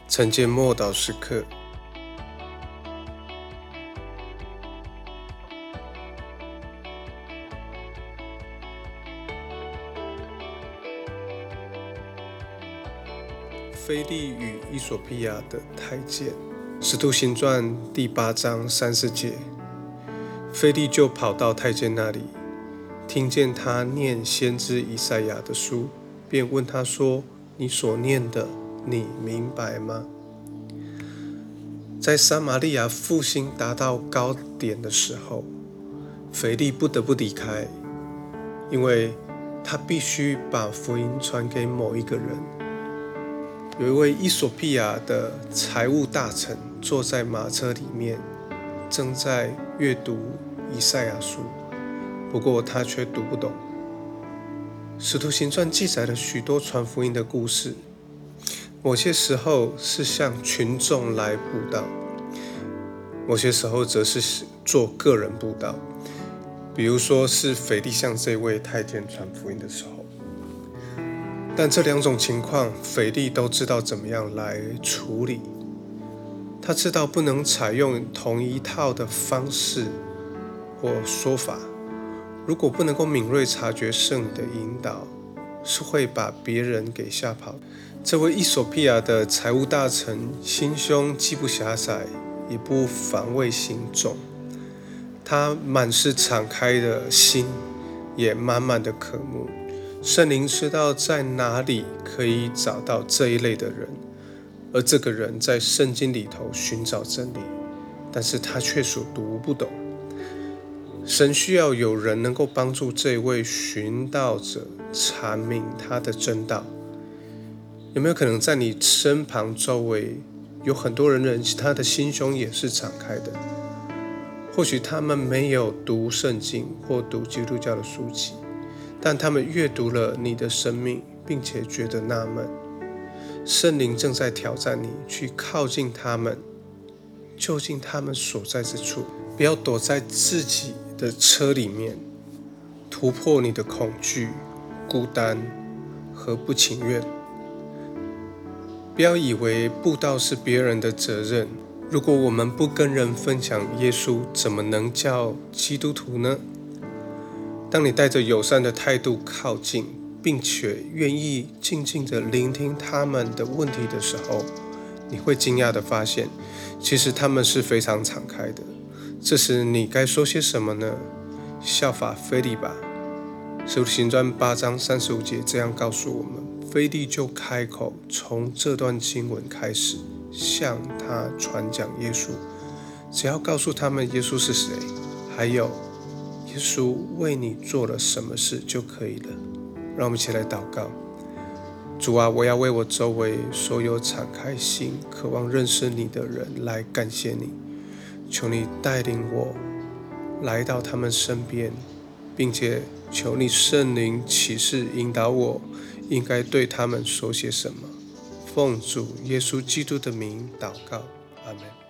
晨间默祷时刻，腓利与伊索比亚的太监。使徒行传第8章30节，腓利就跑到太监那里，听见他念先知以赛亚的书，便问他说：你所念的，你明白吗？在撒玛利亚复兴达到高点的时候，腓利不得不离开，因为他必须把福音传给某一个人。有一位伊索比亚的财务大臣坐在马车里面，正在阅读以赛亚书，不过他却读不懂。使徒行传记载了许多传福音的故事，某些时候是向群众来布道，某些时候则是做个人布道，比如说是腓利向这位太监传福音的时候。但这两种情况，腓利都知道怎么样来处理。他知道不能采用同一套的方式或说法，如果不能够敏锐察觉圣灵的引导，是会把别人给吓跑。这位伊索比亚的财务大臣心胸既不狭窄，也不防卫心重，他满是敞开的心，也满满的渴慕。圣灵知道在哪里可以找到这一类的人，而这个人在圣经里头寻找真理，但是他却所读不懂。神需要有人能够帮助这位寻道者阐明他的真道。有没有可能在你身旁周围有很多人他的心胸也是敞开的？或许他们没有读圣经或读基督教的书籍，但他们阅读了你的生命，并且觉得纳闷。圣灵正在挑战你，去靠近他们，就近他们所在之处。不要躲在自己的车里面，突破你的恐惧、孤单和不情愿。不要以为布道是别人的责任。如果我们不跟人分享耶稣，怎么能叫基督徒呢？当你带着友善的态度靠近，并且愿意静静地聆听他们的问题的时候，你会惊讶地发现，其实他们是非常敞开的。这时你该说些什么呢？效法腓利吧。使徒行传8章35节这样告诉我们，腓利就开口，从这段经文开始向他传讲耶稣，只要告诉他们耶稣是谁，还有耶稣为你做了什么事就可以了。让我们一起来祷告。主啊，我要为我周围所有敞开心、渴望认识你的人来感谢你。求你带领我来到他们身边，并且求你圣灵启示引导我应该对他们说些什么。奉主耶稣基督的名祷告，阿们。